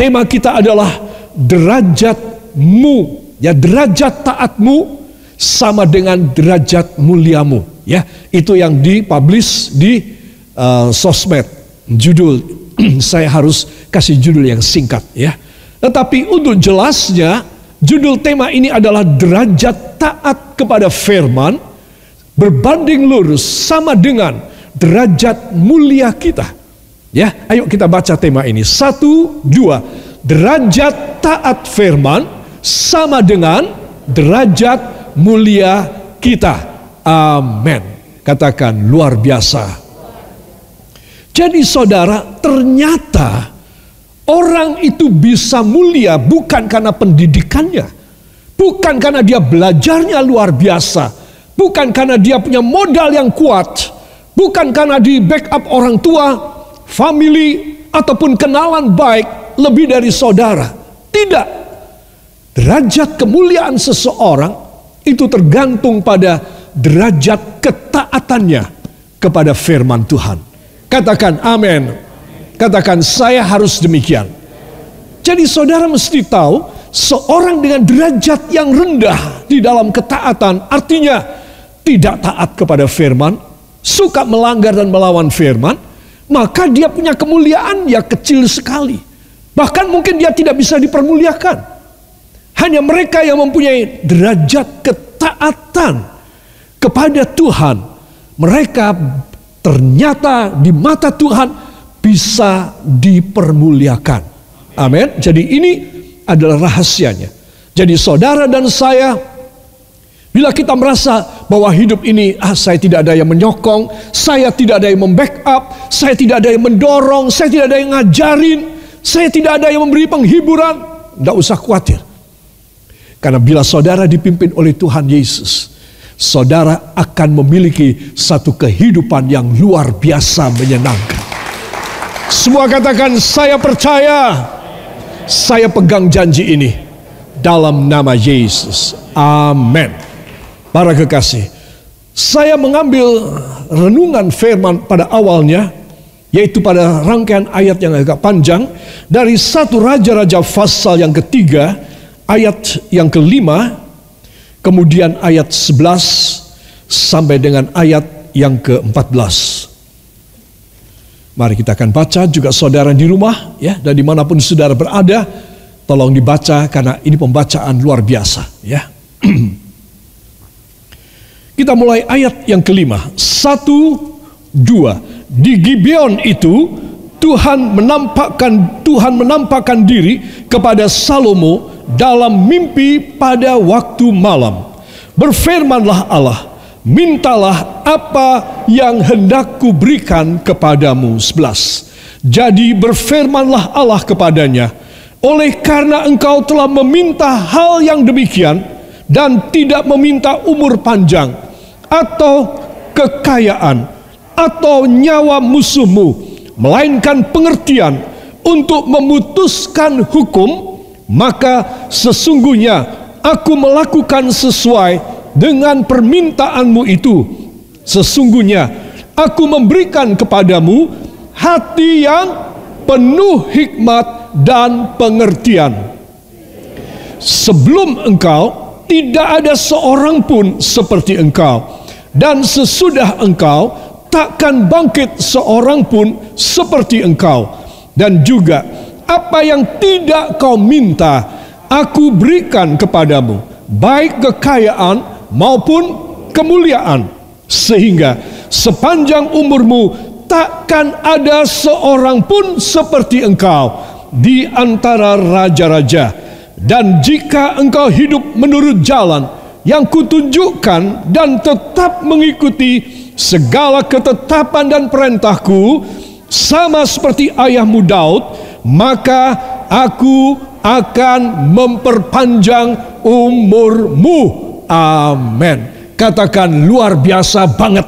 Tema kita adalah derajatmu, ya, derajat taatmu sama dengan derajat muliamu, ya. Itu yang dipublish di sosmed. Judul saya harus kasih judul yang singkat, ya. Tetapi untuk jelasnya, judul tema ini adalah derajat taat kepada firman berbanding lurus sama dengan derajat mulia kita. Ya, ayo kita baca tema ini. 1, 2. Derajat taat firman sama dengan derajat mulia kita. Amin. Katakan luar biasa. Jadi saudara, ternyata orang itu bisa mulia bukan karena pendidikannya, bukan karena dia belajarnya luar biasa, bukan karena dia punya modal yang kuat, bukan karena di backup orang tua, family, ataupun kenalan baik lebih dari saudara. Tidak. Derajat kemuliaan seseorang itu tergantung pada derajat ketaatannya kepada firman Tuhan. Katakan amin. Katakan saya harus demikian. Jadi saudara mesti tahu, seorang dengan derajat yang rendah di dalam ketaatan, artinya tidak taat kepada firman, suka melanggar dan melawan firman, maka dia punya kemuliaan ya kecil sekali. Bahkan mungkin dia tidak bisa dipermuliakan. Hanya mereka yang mempunyai derajat ketaatan kepada Tuhan, mereka ternyata di mata Tuhan bisa dipermuliakan. Amin. Jadi ini adalah rahasianya. Jadi saudara dan saya, bila kita merasa bahwa hidup ini, saya tidak ada yang menyokong, saya tidak ada yang membackup, saya tidak ada yang mendorong, saya tidak ada yang ngajarin, saya tidak ada yang memberi penghiburan, tidak usah khawatir. Karena bila saudara dipimpin oleh Tuhan Yesus, saudara akan memiliki satu kehidupan yang luar biasa menyenangkan. Semua katakan, saya percaya, saya pegang janji ini dalam nama Yesus. Amin. Para kekasih, saya mengambil renungan firman pada awalnya, yaitu pada rangkaian ayat yang agak panjang, dari 1 Raja-Raja pasal yang ketiga, ayat yang kelima, kemudian ayat 11 sampai dengan ayat yang ke-14. Mari kita akan baca, juga saudara di rumah, ya, dan dimanapun saudara berada, tolong dibaca karena ini pembacaan luar biasa, ya. Kita mulai ayat yang kelima. 1, 2. Di Gibeon itu Tuhan menampakkan diri kepada Salomo dalam mimpi pada waktu malam. Berfirmanlah Allah, mintalah apa yang hendak kuberikan kepadamu. 11. Jadi berfirmanlah Allah kepadanya, oleh karena engkau telah meminta hal yang demikian dan tidak meminta umur panjang atau kekayaan atau nyawa musuhmu, melainkan pengertian untuk memutuskan hukum, maka sesungguhnya aku melakukan sesuai dengan permintaanmu itu. Sesungguhnya aku memberikan kepadamu hati yang penuh hikmat dan pengertian. Sebelum engkau tidak ada seorang pun seperti engkau, dan sesudah engkau takkan bangkit seorang pun seperti engkau. Dan juga apa yang tidak kau minta, aku berikan kepadamu, baik kekayaan maupun kemuliaan, sehingga sepanjang umurmu takkan ada seorang pun seperti engkau di antara raja-raja. Dan jika engkau hidup menurut jalan yang kutunjukkan dan tetap mengikuti segala ketetapan dan perintahku, sama seperti ayahmu Daud, maka aku akan memperpanjang umurmu. Amin. Katakan luar biasa banget.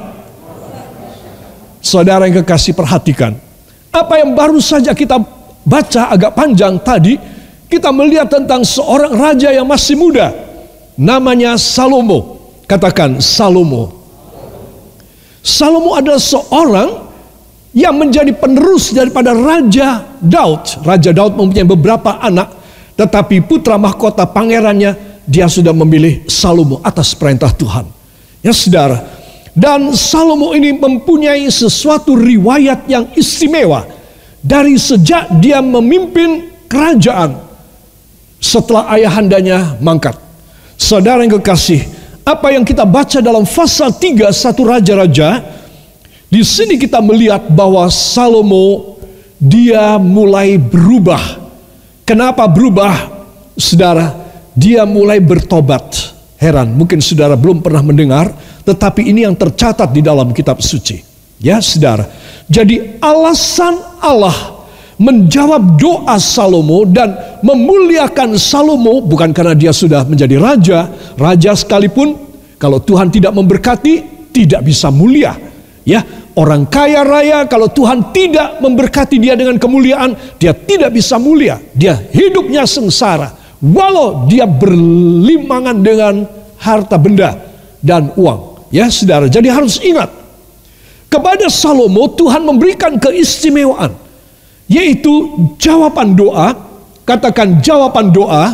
Saudara yang kekasih, perhatikan apa yang baru saja kita baca agak panjang tadi. Kita melihat tentang seorang raja yang masih muda, namanya Salomo. Katakan Salomo. Salomo adalah seorang yang menjadi penerus daripada Raja Daud. Raja Daud mempunyai beberapa anak, tetapi putra mahkota pangerannya dia sudah memilih Salomo atas perintah Tuhan. Ya saudara, dan Salomo ini mempunyai sesuatu riwayat yang istimewa dari sejak dia memimpin kerajaan setelah ayahandanya mangkat. Saudara yang kekasih, apa yang kita baca dalam pasal 3 1 Raja-Raja, di sini kita melihat bahwa Salomo dia mulai berubah. Kenapa berubah? Saudara, dia mulai bertobat. Heran, mungkin saudara belum pernah mendengar, tetapi ini yang tercatat di dalam kitab suci. Ya saudara, jadi alasan Allah menjawab doa Salomo dan memuliakan Salomo bukan karena dia sudah menjadi raja. Raja sekalipun kalau Tuhan tidak memberkati tidak bisa mulia. Ya, orang kaya raya kalau Tuhan tidak memberkati dia dengan kemuliaan, dia tidak bisa mulia. Dia hidupnya sengsara walau dia berlimangan dengan harta benda dan uang. Ya saudara, jadi harus ingat, kepada Salomo Tuhan memberikan keistimewaan, yaitu jawaban doa. Katakan jawaban doa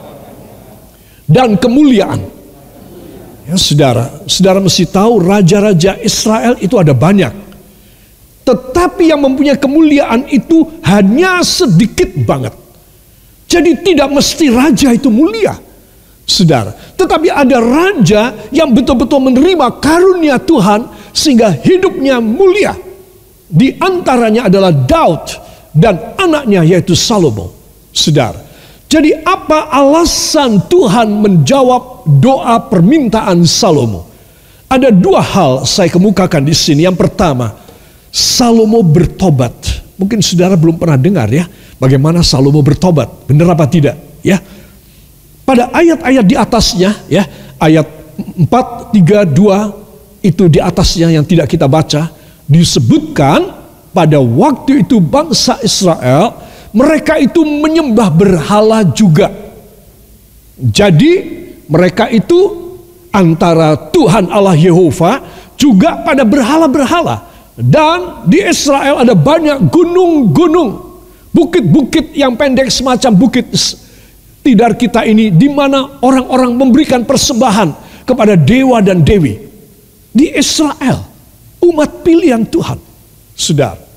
dan kemuliaan. Ya saudara, saudara mesti tahu raja-raja Israel itu ada banyak. Tetapi yang mempunyai kemuliaan itu hanya sedikit banget. Jadi tidak mesti raja itu mulia, saudara. Tetapi ada raja yang betul-betul menerima karunia Tuhan sehingga hidupnya mulia. Di antaranya adalah Daud dan anaknya yaitu Salomo, saudara. Jadi apa alasan Tuhan menjawab doa permintaan Salomo? Ada dua hal saya kemukakan di sini. Yang pertama, Salomo bertobat. Mungkin saudara belum pernah dengar ya, bagaimana Salomo bertobat. Benar apa tidak? Ya. Pada ayat-ayat di atasnya ya, ayat 4, 3, 2 itu di atasnya yang tidak kita baca, disebutkan pada waktu itu bangsa Israel mereka itu menyembah berhala juga. Jadi mereka itu antara Tuhan Allah Yehova juga pada berhala-berhala. Dan di Israel ada banyak gunung-gunung, bukit-bukit yang pendek semacam bukit tidar kita ini, di mana orang-orang memberikan persembahan kepada dewa dan dewi. Di Israel, umat pilihan Tuhan, saudara.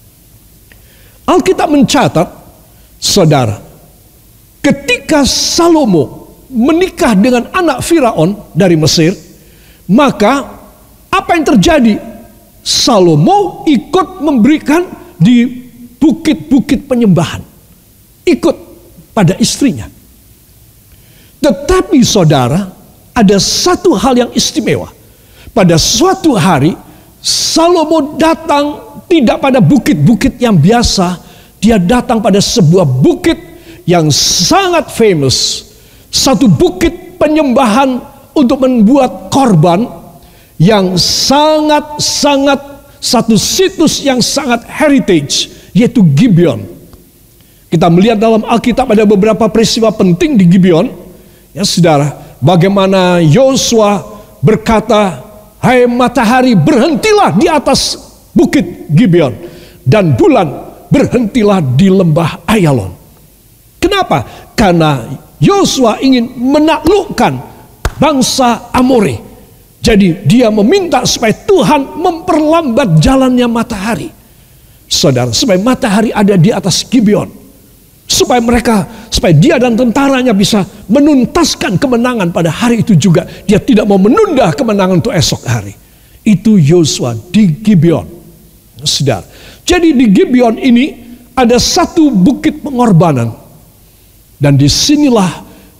Alkitab mencatat, saudara, ketika Salomo menikah dengan anak Firaun dari Mesir, maka apa yang terjadi? Salomo ikut memberikan di bukit-bukit penyembahan, ikut pada istrinya. Tetapi saudara, ada satu hal yang istimewa. Pada suatu hari Salomo datang tidak pada bukit-bukit yang biasa, dia datang pada sebuah bukit yang sangat famous. Satu bukit penyembahan untuk membuat korban yang sangat-sangat, satu situs yang sangat heritage, yaitu Gibeon. Kita melihat dalam Alkitab ada beberapa peristiwa penting di Gibeon. Ya saudara, bagaimana Yosua berkata, "Hai matahari, berhentilah di atas bukit Gibeon, dan bulan berhentilah di lembah Ayalon." Kenapa? Karena Yosua ingin menaklukkan bangsa Amori. Jadi dia meminta supaya Tuhan memperlambat jalannya matahari, saudara, supaya matahari ada di atas Gibeon, supaya dia dan tentaranya bisa menuntaskan kemenangan pada hari itu juga. Dia tidak mau menunda kemenangan untuk esok hari. Itu Yosua di Gibeon, saudara. Jadi di Gibeon ini ada satu bukit pengorbanan, dan disinilah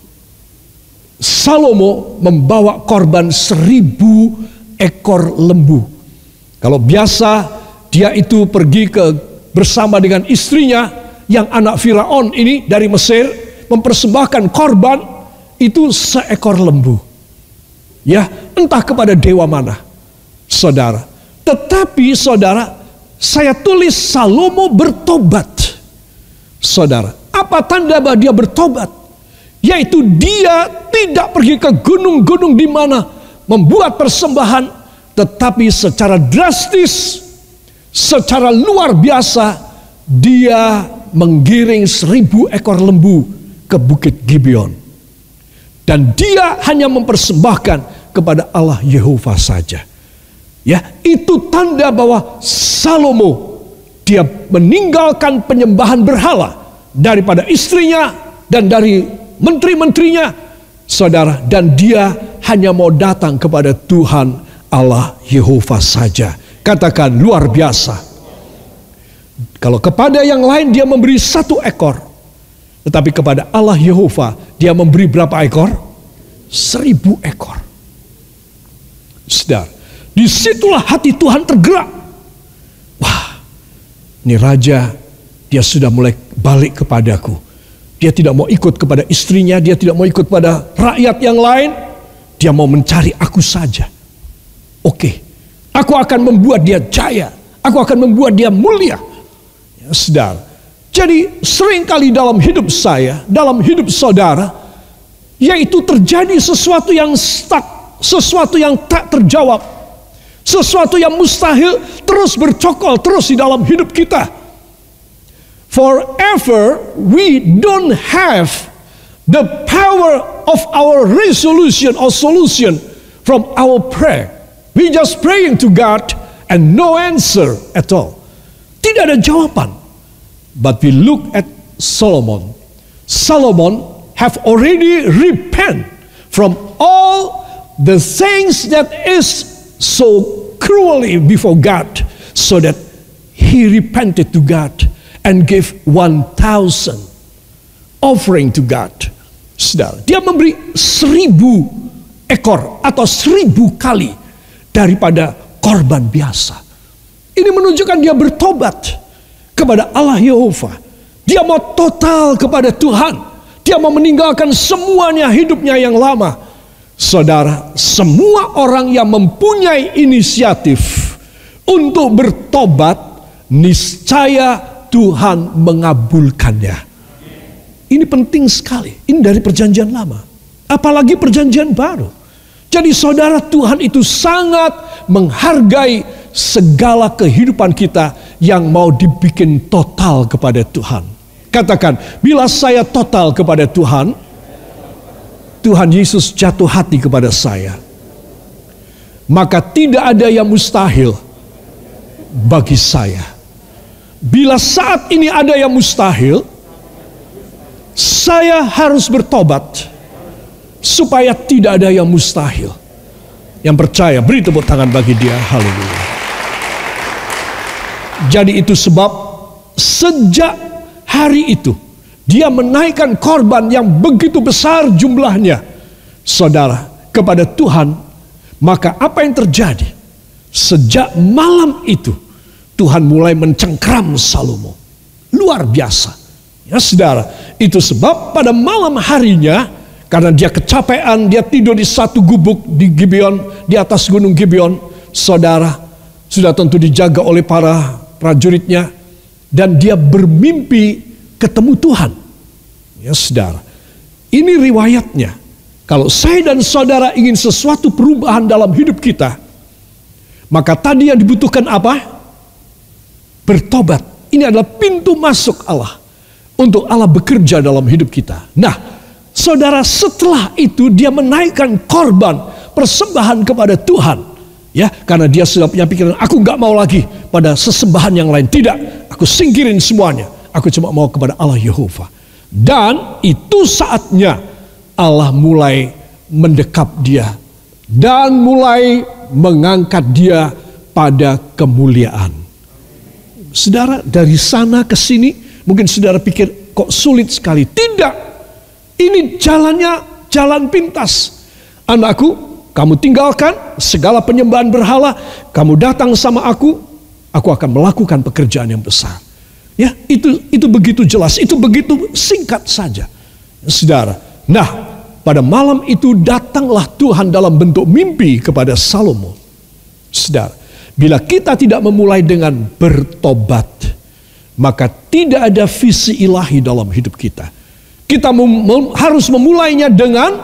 Salomo membawa korban 1000 ekor lembu. Kalau biasa dia itu pergi bersama dengan istrinya yang anak Firaun ini dari Mesir, mempersembahkan korban itu seekor lembu. Ya, entah kepada dewa mana, saudara. Tetapi saudara, saya tulis Salomo bertobat. Saudara, apa tanda bahwa dia bertobat? Yaitu dia tidak pergi ke gunung-gunung di mana membuat persembahan, tetapi secara drastis secara luar biasa dia menggiring 1000 ekor lembu ke Bukit Gibeon. Dan dia hanya mempersembahkan kepada Allah Yehova saja. Ya, itu tanda bahwa Salomo dia meninggalkan penyembahan berhala daripada istrinya dan dari menteri-menterinya, saudara, dan dia hanya mau datang kepada Tuhan Allah Yehova saja. Katakan luar biasa. Kalau kepada yang lain dia memberi 1 ekor, tetapi kepada Allah Yehova dia memberi berapa ekor? 1000 ekor. Saudara, disitulah hati Tuhan tergerak. Wah, ini raja, dia sudah mulai balik kepadaku. Dia tidak mau ikut kepada istrinya, dia tidak mau ikut pada rakyat yang lain. Dia mau mencari aku saja. Oke, aku akan membuat dia jaya. Aku akan membuat dia mulia. Ya, saudara. Jadi seringkali dalam hidup saya, dalam hidup saudara, yaitu terjadi sesuatu yang stuck, sesuatu yang tak terjawab, sesuatu yang mustahil terus bercokol terus di dalam hidup kita. Forever we don't have the power of our resolution or solution from our prayer. We just praying to God and no answer at all. Tidak ada jawaban. But we look at Solomon. Solomon have already repent from all the things that is so cruelly before God, so that he repented to God and gave 1,000 offering to God. Saudara, dia memberi 1000 ekor atau 1000 kali daripada korban biasa. Ini menunjukkan dia bertobat kepada Allah Yehova. Dia mau total kepada Tuhan. Dia mau meninggalkan semuanya hidupnya yang lama. Saudara, semua orang yang mempunyai inisiatif untuk bertobat, niscaya Tuhan mengabulkannya. Ini penting sekali. Ini dari perjanjian lama, apalagi perjanjian baru. Jadi saudara, Tuhan itu sangat menghargai segala kehidupan kita yang mau dibikin total kepada Tuhan. Katakan, bila saya total kepada Tuhan, Tuhan Yesus jatuh hati kepada saya. Maka tidak ada yang mustahil bagi saya. Bila saat ini ada yang mustahil, saya harus bertobat supaya tidak ada yang mustahil. Yang percaya, beri tepuk tangan bagi dia. Haleluya. Jadi itu sebab sejak hari itu dia menaikkan korban yang begitu besar jumlahnya, saudara, kepada Tuhan. Maka apa yang terjadi? Sejak malam itu Tuhan mulai mencengkram Salomo. Luar biasa. Ya saudara, itu sebab pada malam harinya, karena dia kecapean, dia tidur di satu gubuk di Gibeon, di atas gunung Gibeon. Saudara, sudah tentu dijaga oleh para prajuritnya, dan dia bermimpi ketemu Tuhan. Ya saudara, ini riwayatnya. Kalau saya dan saudara ingin sesuatu perubahan dalam hidup kita, maka tadi yang dibutuhkan apa? Bertobat. Ini adalah pintu masuk Allah untuk Allah bekerja dalam hidup kita. Nah, saudara, setelah itu dia menaikkan korban persembahan kepada Tuhan. Ya, karena dia sudah punya pikiran, aku gak mau lagi pada sesembahan yang lain. Tidak, aku singkirin semuanya. Aku cuma mau kepada Allah Yehova. Dan itu saatnya Allah mulai mendekap dia. Dan mulai mengangkat dia pada kemuliaan. Saudara, dari sana ke sini, mungkin saudara pikir kok sulit sekali. Tidak, ini jalannya jalan pintas. Anakku, kamu tinggalkan segala penyembahan berhala, kamu datang sama aku akan melakukan pekerjaan yang besar. Ya, itu begitu jelas, itu begitu singkat saja. Saudara, nah, pada malam itu datanglah Tuhan dalam bentuk mimpi kepada Salomo. Saudara, bila kita tidak memulai dengan bertobat, maka tidak ada visi ilahi dalam hidup kita. Kita harus memulainya dengan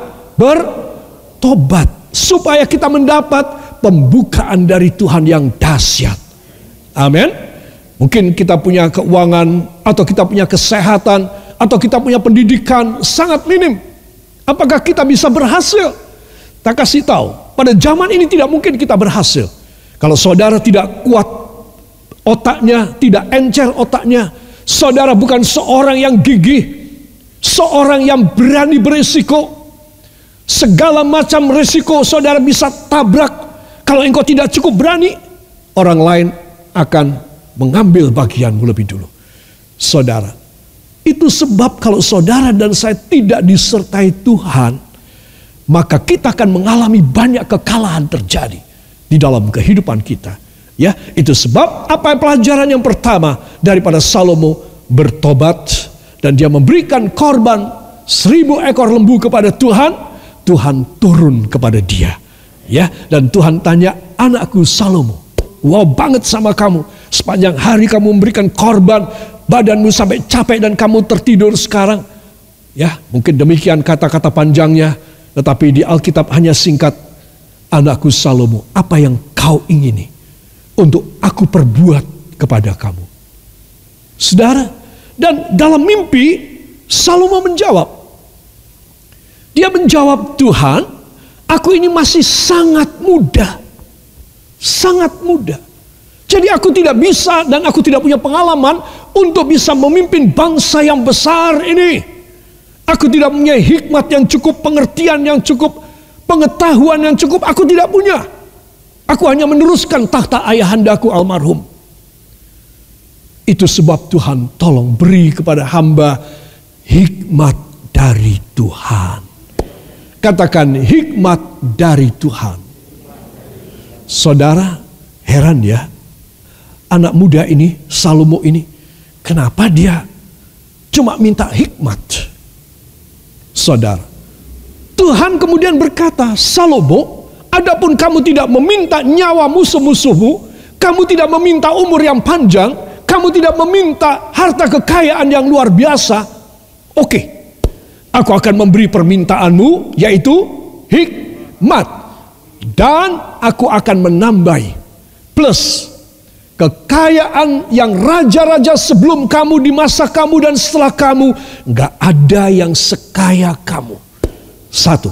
bertobat, supaya kita mendapat pembukaan dari Tuhan yang dahsyat. Amin. Mungkin kita punya keuangan, atau kita punya kesehatan, atau kita punya pendidikan sangat minim. Apakah kita bisa berhasil? Tak kasih tahu, pada zaman ini tidak mungkin kita berhasil. Kalau saudara tidak kuat otaknya, tidak encer otaknya, saudara bukan seorang yang gigih, seorang yang berani berisiko. Segala macam risiko saudara bisa tabrak. Kalau engkau tidak cukup berani, orang lain akan mengambil bagianmu lebih dulu. Saudara, itu sebab kalau saudara dan saya tidak disertai Tuhan, maka kita akan mengalami banyak kekalahan terjadi di dalam kehidupan kita. Ya, itu sebab apa pelajaran yang pertama daripada Salomo bertobat dan dia memberikan korban 1000 ekor lembu kepada Tuhan. Tuhan turun kepada dia. Ya, dan Tuhan tanya, anakku Salomo, wow banget sama kamu. Sepanjang hari kamu memberikan korban, badanmu sampai capek dan kamu tertidur sekarang. Ya, mungkin demikian kata-kata panjangnya, tetapi di Alkitab hanya singkat. Anakku Salomo, apa yang kau ingini untuk aku perbuat kepada kamu? Saudara, dan dalam mimpi Salomo menjawab. Dia menjawab, Tuhan, aku ini masih sangat muda. Sangat muda. Jadi aku tidak bisa dan aku tidak punya pengalaman untuk bisa memimpin bangsa yang besar ini. Aku tidak punya hikmat yang cukup, pengertian yang cukup, pengetahuan yang cukup. Aku tidak punya. Aku hanya meneruskan tahta ayahandaku almarhum. Itu sebab Tuhan tolong beri kepada hamba hikmat dari Tuhan. Katakan hikmat dari Tuhan. Saudara, heran ya. Anak muda ini, Salomo ini, kenapa dia cuma minta hikmat? Saudara, Tuhan kemudian berkata, Salomo, adapun kamu tidak meminta nyawa musuh-musuhmu, kamu tidak meminta umur yang panjang, kamu tidak meminta harta kekayaan yang luar biasa, oke. Aku akan memberi permintaanmu, yaitu hikmat. Dan aku akan menambahi plus kekayaan yang raja-raja sebelum kamu, di masa kamu dan setelah kamu, gak ada yang sekaya kamu. 1.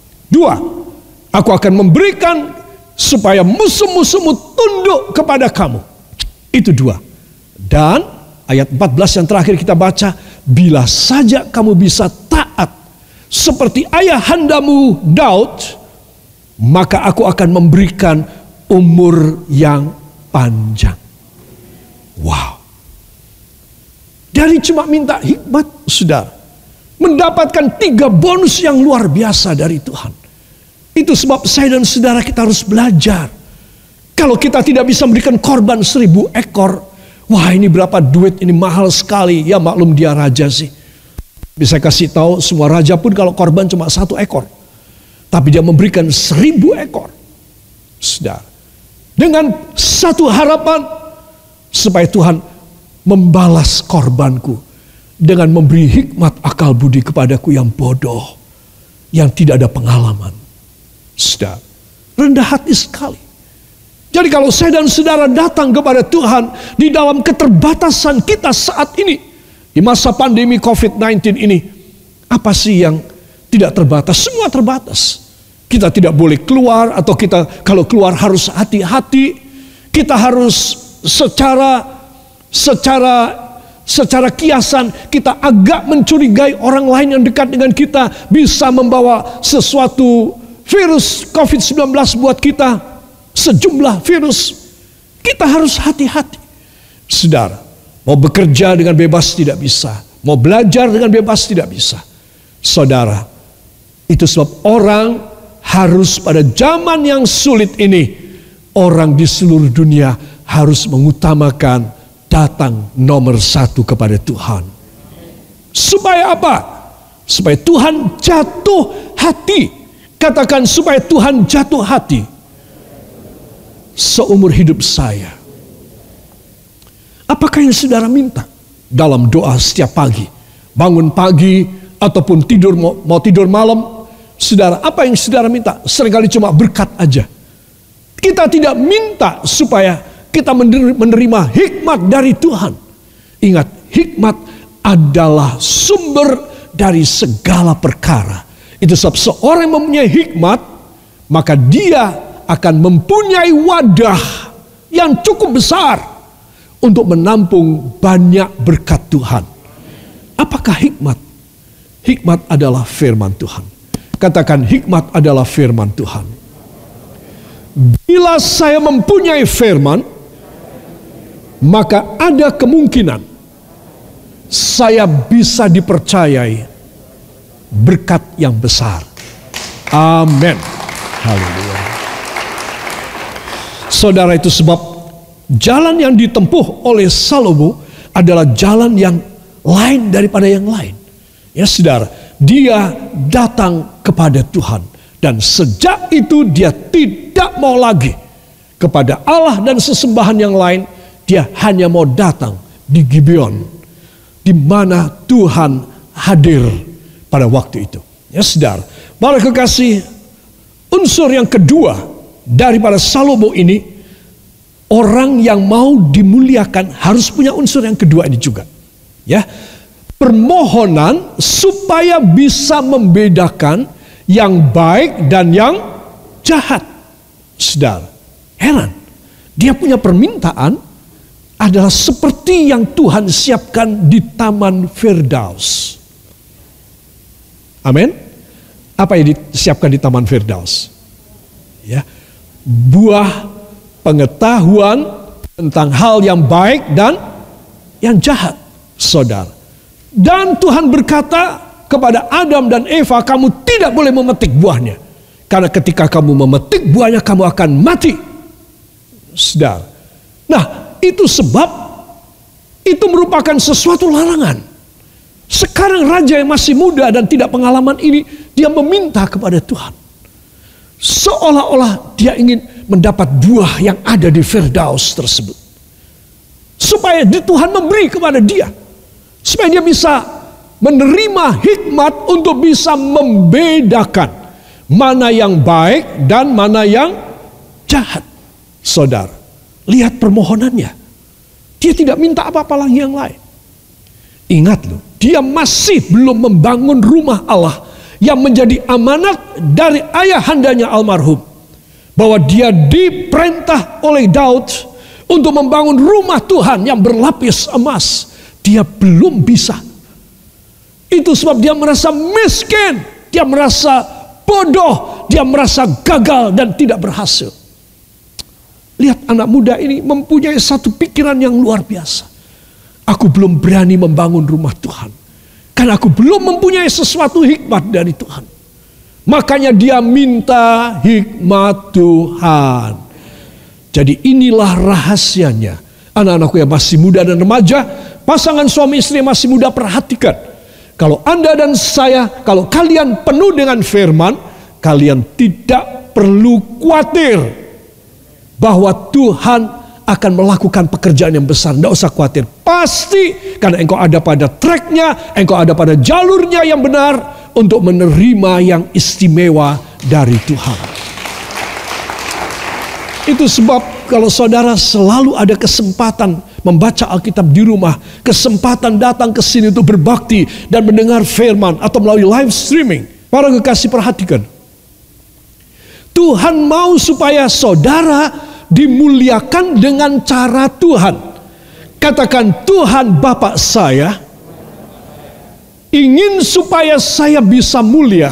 2. Aku akan memberikan supaya musuh-musuhmu tunduk kepada kamu. Itu 2. Dan ayat 14 yang terakhir kita baca, bila saja kamu bisa taat seperti ayahandamu Daud, maka aku akan memberikan umur yang panjang. Wow. Dari cuma minta hikmat, saudara, mendapatkan 3 bonus yang luar biasa dari Tuhan. Itu sebab saya dan saudara kita harus belajar. Kalau kita tidak bisa memberikan korban 1000 ekor, wah ini berapa duit, ini mahal sekali. Ya maklum dia raja sih. Bisa kasih tahu semua raja pun kalau korban cuma 1 ekor. Tapi dia memberikan 1000 ekor. Saudara. Dengan satu harapan. Supaya Tuhan membalas korbanku. Dengan memberi hikmat akal budi kepadaku yang bodoh. Yang tidak ada pengalaman. Saudara. Rendah hati sekali. Jadi kalau saya dan saudara datang kepada Tuhan di dalam keterbatasan kita saat ini, di masa pandemi COVID-19 ini, apa sih yang tidak terbatas? Semua terbatas. Kita tidak boleh keluar, atau kita kalau keluar harus hati-hati. Kita harus secara kiasan kita agak mencurigai orang lain yang dekat dengan kita bisa membawa sesuatu virus COVID-19 buat kita. Sejumlah virus. Kita harus hati-hati. Saudara, mau bekerja dengan bebas tidak bisa. Mau belajar dengan bebas tidak bisa. Saudara, itu sebab orang harus pada zaman yang sulit ini, orang di seluruh dunia harus mengutamakan datang nomor 1 kepada Tuhan. Supaya apa? Supaya Tuhan jatuh hati. Katakan supaya Tuhan jatuh hati. Seumur hidup saya. Apakah yang saudara minta dalam doa setiap pagi? Bangun pagi ataupun tidur mau tidur malam. Saudara, apa yang saudara minta? Seringkali cuma berkat aja. Kita tidak minta supaya kita menerima hikmat dari Tuhan. Ingat, hikmat adalah sumber dari segala perkara. Itu sebab seorang yang mempunyai hikmat, maka dia akan mempunyai wadah yang cukup besar untuk menampung banyak berkat Tuhan. Apakah hikmat? Hikmat adalah firman Tuhan. Katakan, hikmat adalah firman Tuhan. Bila saya mempunyai firman, maka ada kemungkinan saya bisa dipercayai berkat yang besar. Amin. Haleluya. Saudara, itu sebab jalan yang ditempuh oleh Salomo adalah jalan yang lain daripada yang lain. Ya saudara, dia datang kepada Tuhan. Dan sejak itu dia tidak mau lagi kepada Allah dan sesembahan yang lain. Dia hanya mau datang di Gibeon, di mana Tuhan hadir pada waktu itu. Ya saudara, para kekasih, unsur yang kedua daripada Salomo ini, orang yang mau dimuliakan harus punya unsur yang kedua ini juga. Ya, permohonan supaya bisa membedakan yang baik dan yang jahat. Saudara, heran, dia punya permintaan adalah seperti yang Tuhan siapkan di Taman Firdaus. Amin. Apa yang disiapkan di Taman Firdaus? Ya, buah pengetahuan tentang hal yang baik dan yang jahat, saudara. Dan Tuhan berkata kepada Adam dan Eva, kamu tidak boleh memetik buahnya. Karena ketika kamu memetik buahnya, kamu akan mati. Saudara. Nah, itu sebab itu merupakan sesuatu larangan. Sekarang raja yang masih muda dan tidak pengalaman ini, dia meminta kepada Tuhan. Seolah-olah dia ingin mendapat buah yang ada di Firdaus tersebut. Supaya Tuhan memberi kepada dia. Supaya dia bisa menerima hikmat untuk bisa membedakan mana yang baik dan mana yang jahat. Saudara, lihat permohonannya. Dia tidak minta apa-apa lagi yang lain. Ingat loh, dia masih belum membangun rumah Allah yang menjadi amanat dari ayahandanya almarhum. Bahwa dia diperintah oleh Daud untuk membangun rumah Tuhan yang berlapis emas. Dia belum bisa. Itu sebab dia merasa miskin, dia merasa bodoh, dia merasa gagal dan tidak berhasil. Lihat, anak muda ini mempunyai satu pikiran yang luar biasa. Aku belum berani membangun rumah Tuhan, karena aku belum mempunyai sesuatu hikmat dari Tuhan. Makanya dia minta hikmat Tuhan. Jadi inilah rahasianya. Anak-anakku yang masih muda dan remaja, pasangan suami istri yang masih muda, perhatikan. Kalau Anda dan saya, kalau kalian penuh dengan firman, kalian tidak perlu khawatir bahwa Tuhan akan melakukan pekerjaan yang besar. Tidak usah khawatir. Pasti, karena engkau ada pada tracknya, engkau ada pada jalurnya yang benar untuk menerima yang istimewa dari Tuhan. Itu sebab kalau saudara selalu ada kesempatan membaca Alkitab di rumah, kesempatan datang ke sini untuk berbakti dan mendengar firman atau melalui live streaming, para kekasih, perhatikan. Tuhan mau supaya saudara dimuliakan dengan cara Tuhan. Katakan, Tuhan Bapa saya ingin supaya saya bisa mulia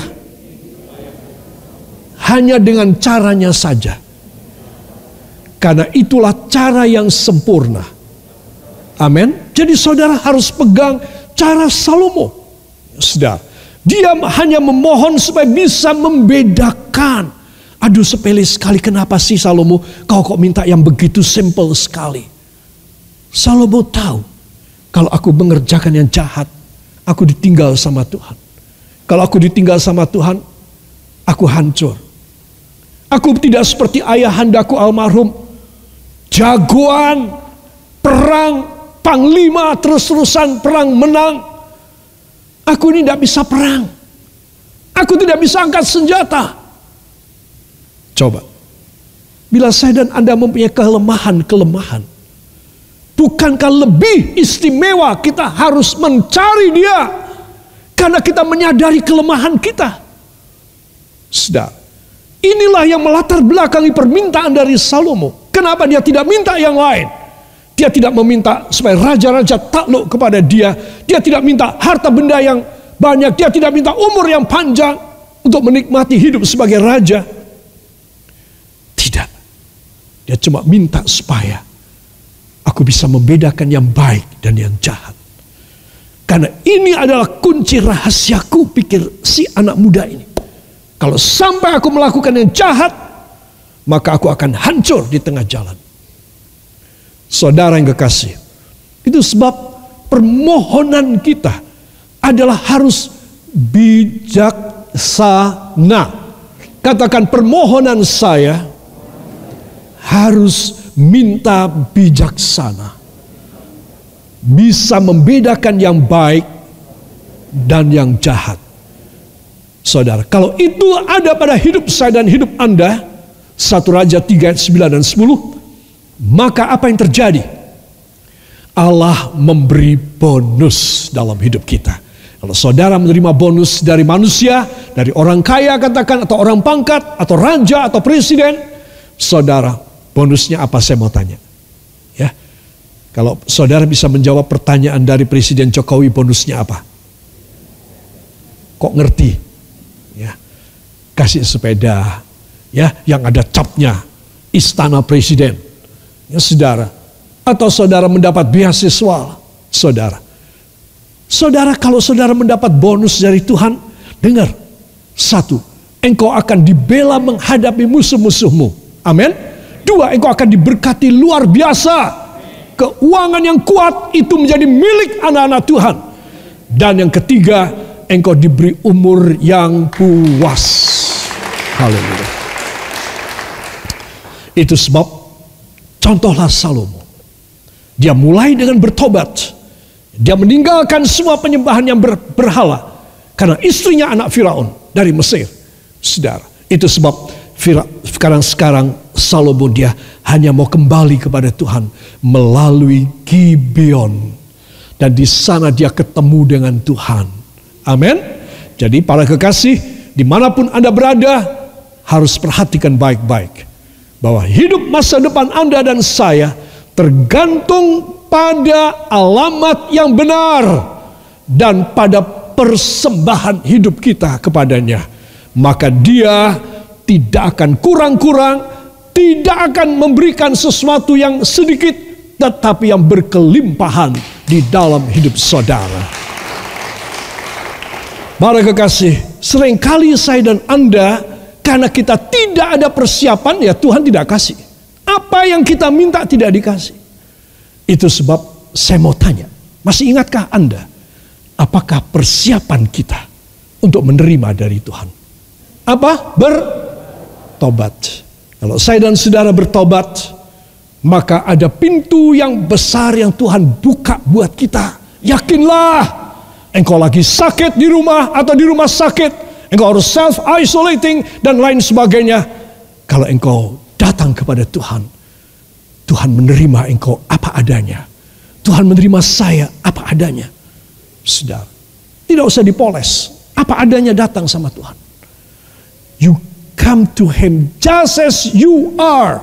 hanya dengan caranya saja. Karena itulah cara yang sempurna. Amin. Jadi saudara harus pegang cara Salomo. Saudara, dia hanya memohon supaya bisa membedakan. Aduh, sepele sekali, kenapa sih Salomo kau kok minta yang begitu simple sekali? Salomo tahu, kalau aku mengerjakan yang jahat, aku ditinggal sama Tuhan. Kalau aku ditinggal sama Tuhan, aku hancur. Aku tidak seperti ayahandaku almarhum, jagoan, perang, panglima, terus-terusan perang menang. Aku ini tidak bisa perang. Aku tidak bisa angkat senjata. Coba. bila saya dan Anda mempunyai kelemahan-kelemahan, bukankah lebih istimewa kita harus mencari Dia karena kita menyadari kelemahan kita? Saudara, inilah yang melatar belakangi permintaan dari Salomo. Kenapa dia tidak minta yang lain? Dia tidak meminta supaya raja-raja takluk kepada dia. Dia tidak minta harta benda yang banyak. Dia tidak minta umur yang panjang untuk menikmati hidup sebagai raja. Tidak. Dia cuma minta supaya aku bisa membedakan yang baik dan yang jahat. Karena ini adalah kunci rahasiaku, pikir si anak muda ini. Kalau sampai aku melakukan yang jahat, maka aku akan hancur di tengah jalan. Saudara yang kekasih, itu sebab permohonan kita adalah harus bijaksana. Katakan, permohonan saya harus minta bijaksana. Bisa membedakan yang baik dan yang jahat. Saudara, kalau itu ada pada hidup saya dan hidup Anda, 1 Raja 3 ayat 9 dan 10, maka apa yang terjadi? Allah memberi bonus dalam hidup kita. Kalau saudara menerima bonus dari manusia, dari orang kaya katakan, atau orang pangkat, atau raja, atau presiden, saudara, bonusnya apa, saya mau tanya. Ya, kalau saudara bisa menjawab pertanyaan dari Presiden Jokowi, bonusnya apa? Kok ngerti? Ya, kasih sepeda, ya, yang ada capnya Istana Presiden, ya saudara. Atau saudara mendapat beasiswa, saudara. Saudara, kalau saudara mendapat bonus dari Tuhan, dengar, 1, engkau akan dibela menghadapi musuh-musuhmu. Amin. 2, engkau akan diberkati luar biasa. Keuangan yang kuat itu menjadi milik anak-anak Tuhan. Dan yang ketiga, engkau diberi umur yang puas. Haleluya. Itu sebab contohlah Salomo. Dia mulai dengan bertobat. Dia meninggalkan semua penyembahan yang berhala karena istrinya anak Firaun dari Mesir. Saudara, itu sebab sekarang Salomo dia hanya mau kembali kepada Tuhan melalui Gibeon. Dan di sana dia ketemu dengan Tuhan. Amin. Jadi para kekasih, dimanapun Anda berada, harus perhatikan baik-baik bahwa hidup masa depan Anda dan saya tergantung pada alamat yang benar dan pada persembahan hidup kita kepadanya. Maka Dia tidak akan kurang-kurang, tidak akan memberikan sesuatu yang sedikit, tetapi yang berkelimpahan di dalam hidup saudara. Para kekasih, seringkali saya dan Anda, karena kita tidak ada persiapan, ya Tuhan tidak kasih. Apa yang kita minta tidak dikasih. Itu sebab saya mau tanya, masih ingatkah Anda, apakah persiapan kita untuk menerima dari Tuhan? Apa? Bertobat. Kalau saya dan saudara bertobat, maka ada pintu yang besar yang Tuhan buka buat kita. Yakinlah, engkau lagi sakit di rumah atau di rumah sakit, engkau harus self-isolating dan lain sebagainya. Kalau engkau datang kepada Tuhan, Tuhan menerima engkau apa adanya. Tuhan menerima saya apa adanya. Saudara, tidak usah dipoles. Apa adanya datang sama Tuhan. You come to Him just as you are.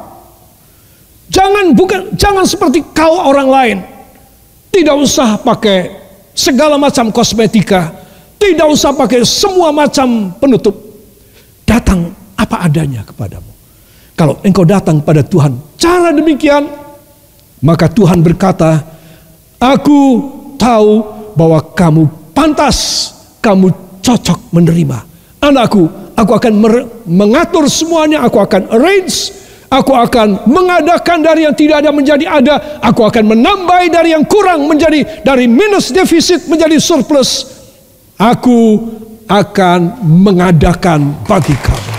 Jangan seperti kau orang lain. Tidak usah pakai segala macam kosmetika. Tidak usah pakai semua macam penutup. Datang apa adanya kepadamu. Kalau engkau datang pada Tuhan cara demikian, maka Tuhan berkata, aku tahu bahwa kamu pantas, kamu cocok menerima. Anakku, aku akan mengatur semuanya, aku akan arrange, aku akan mengadakan dari yang tidak ada menjadi ada, aku akan menambah dari yang kurang menjadi, dari minus defisit menjadi surplus. Aku akan mengadakan bagi kamu.